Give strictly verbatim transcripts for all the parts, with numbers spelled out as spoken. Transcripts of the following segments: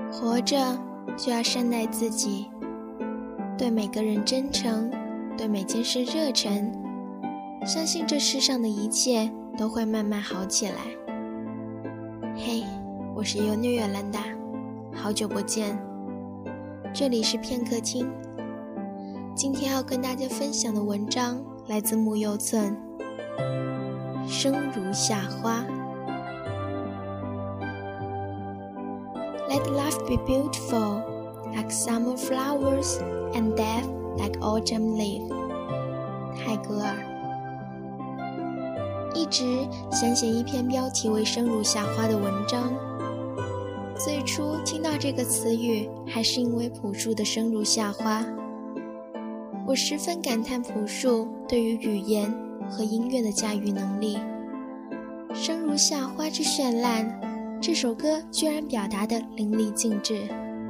活着就要善待自己，对每个人真诚，对每件事热忱，相信这世上的一切都会慢慢好起来。嘿，我是优妞约兰达，好久不见，这里是片刻听。今天要跟大家分享的文章来自木右寸，生如夏花。 Let life be beautiful, like summer flowers, and death like autumn leaf. 泰戈尔。一直想写一篇标题为生如夏花的文章，最初听到这个词语还是因为朴树的生如夏花。我十分感叹朴树对于语言和音乐的驾驭能力。生如夏花之绚烂，这首歌居然表达得淋漓尽致。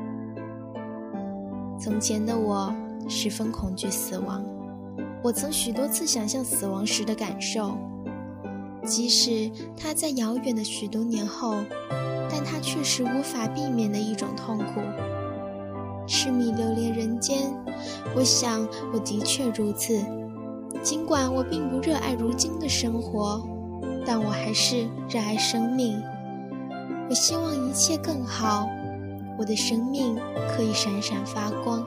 从前的我十分恐惧死亡，我曾许多次想象死亡时的感受，即使它在遥远的许多年后，但它却是无法避免的一种痛苦。痴迷流连人间，我想我的确如此。尽管我并不热爱如今的生活，但我还是热爱生命。我希望一切更好，我的生命可以闪闪发光。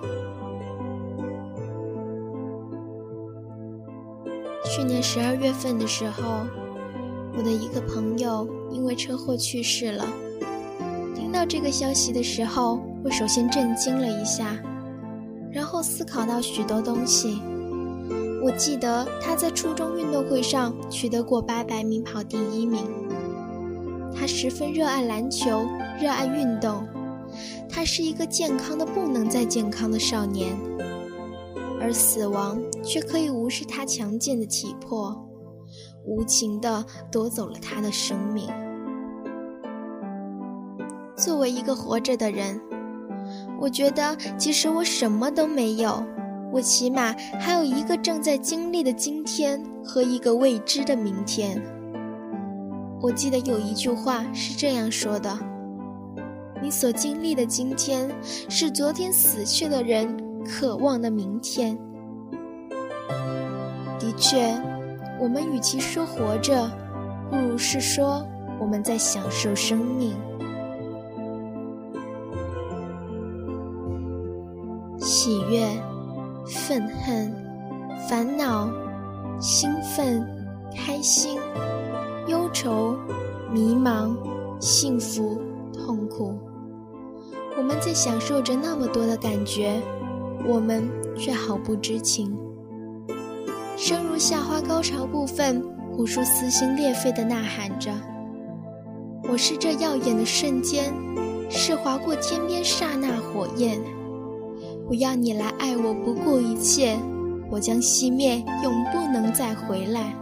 去年十二月份的时候，我的一个朋友因为车祸去世了。听到这个消息的时候，我首先震惊了一下，然后思考到许多东西。我记得他在初中运动会上取得过八百米跑第一名。他十分热爱篮球，热爱运动。他是一个健康的不能再健康的少年，而死亡却可以无视他强健的体魄，无情地夺走了他的生命。作为一个活着的人，我觉得即使我什么都没有，我起码还有一个正在经历的今天和一个未知的明天。我记得有一句话是这样说的：你所经历的今天，是昨天死去的人渴望的明天。的确，我们与其说活着，不如是说我们在享受生命。喜悦、愤恨、烦恼、兴奋、开心、忧愁、迷茫、幸福、痛苦，我们在享受着那么多的感觉，我们却毫不知情。生如夏花高潮部分，朴树撕心裂肺地呐喊着：我是这耀眼的瞬间，是划过天边刹那火焰。我要你来爱我不顾一切，我将熄灭，永不能再回来。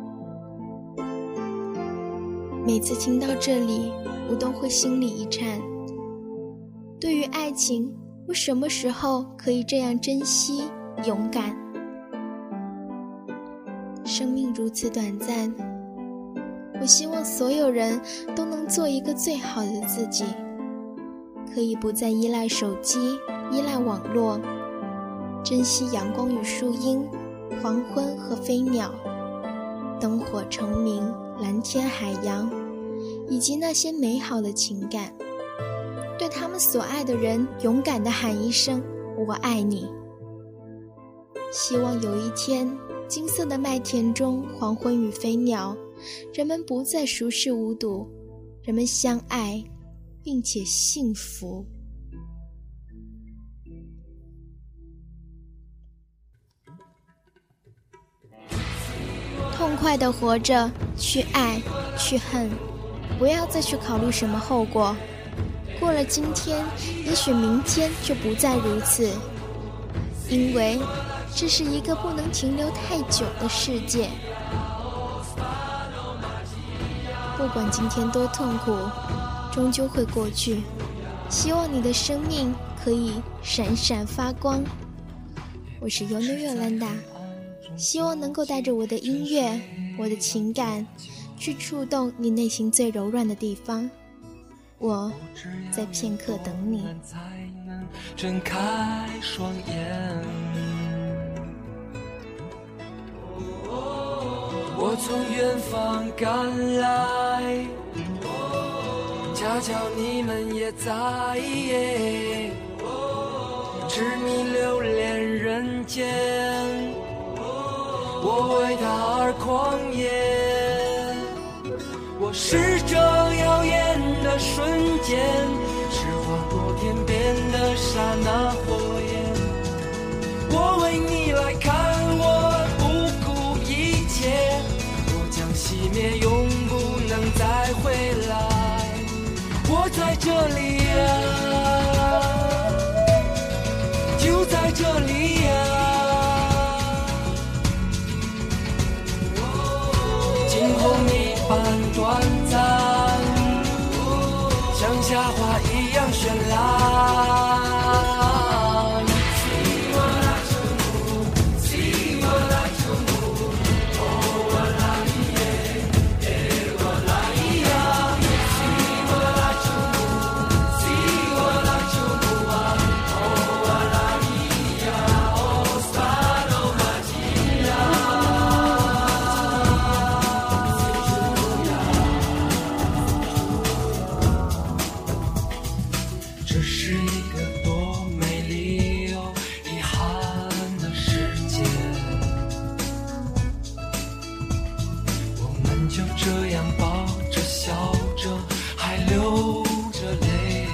每次听到这里，我都会心里一颤。对于爱情，我什么时候可以这样珍惜、勇敢？生命如此短暂，我希望所有人都能做一个最好的自己，可以不再依赖手机、依赖网络，珍惜阳光与树荫、黄昏和飞鸟、灯火虫鸣、蓝天海洋，以及那些美好的情感。对他们所爱的人勇敢地喊一声我爱你。希望有一天，金色的麦田中，黄昏与飞鸟，人们不再熟视无睹，人们相爱并且幸福。痛快地活着，去爱，去恨，不要再去考虑什么后果。过了今天，也许明天就不再如此，因为这是一个不能停留太久的世界。不管今天多痛苦，终究会过去。希望你的生命可以闪闪发光。我是优妞约兰达，希望能够带着我的音乐，我的情感，去触动你内心最柔软的地方。 我在片刻等你。 才能睁开双眼，我从远方赶来，恰巧你们也在，痴迷流连人间，我为他而狂野，我是这耀眼的瞬间，是划过天边的刹那火焰，我为你来看，我不顾一切，我将熄灭，永不能再回来，我在这里啊，就在这里啊，惊鸿一般短暂，像夏花一样绚烂。这是一个多美丽又遗憾的世界，我们就这样抱着笑着还流着泪，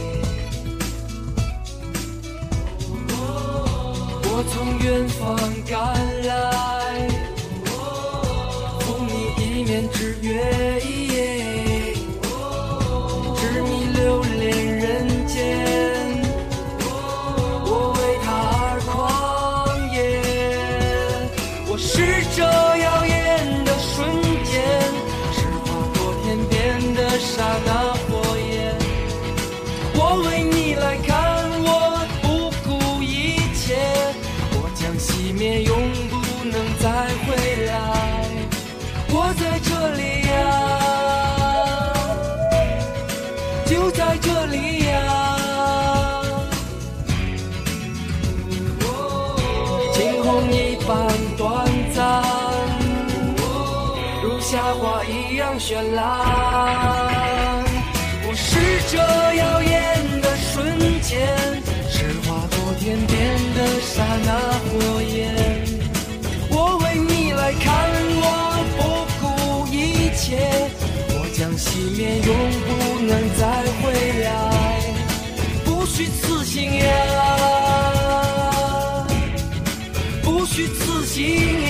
我从远方赶来，赴你一面之约，痴迷流连人间，我为他而狂野，我是这耀眼的瞬间，是划过天边的刹那火焰，我为你来看，我不顾一切，我将熄灭，永不能再回来，我在这里啊，就在这里啊，惊鸿一般短暂，如夏花一样绚烂，我是这耀眼的瞬间，是划过天边的刹那火焰，我为你来看，我不顾一切，我将熄灭，永不能再回来，不虚此行呀，不虚此行